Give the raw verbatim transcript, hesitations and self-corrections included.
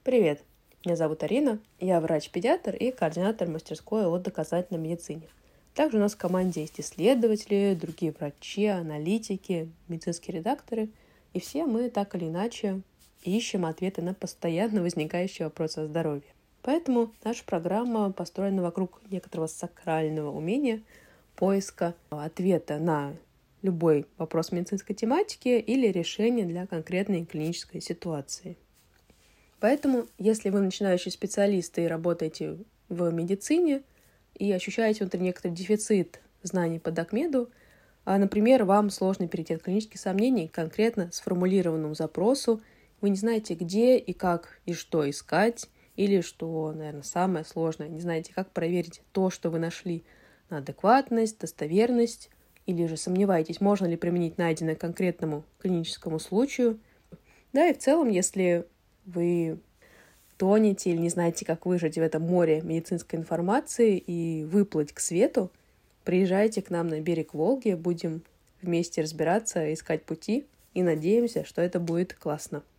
Привет, меня зовут Арина, я врач-педиатр и координатор мастерской о доказательной медицине. Также у нас в команде есть исследователи, другие врачи, аналитики, медицинские редакторы, и все мы так или иначе ищем ответы на постоянно возникающие вопросы о здоровье. Поэтому наша программа построена вокруг некоторого сакрального умения поиска ответа на любой вопрос медицинской тематики или решения для конкретной клинической ситуации. Поэтому, если вы начинающий специалист и работаете в медицине и ощущаете внутри некоторый дефицит знаний по докмеду, а, например, вам сложно перейти от клинических сомнений к конкретно сформулированному запросу, вы не знаете, где и как и что искать, или, что, наверное, самое сложное, не знаете, как проверить то, что вы нашли, на адекватность, достоверность, или же сомневаетесь, можно ли применить найденное к конкретному клиническому случаю. Да, и в целом, если вы тонете или не знаете, как выжить в этом море медицинской информации и выплыть к свету, приезжайте к нам на берег Волги, будем вместе разбираться, искать пути и надеемся, что это будет классно.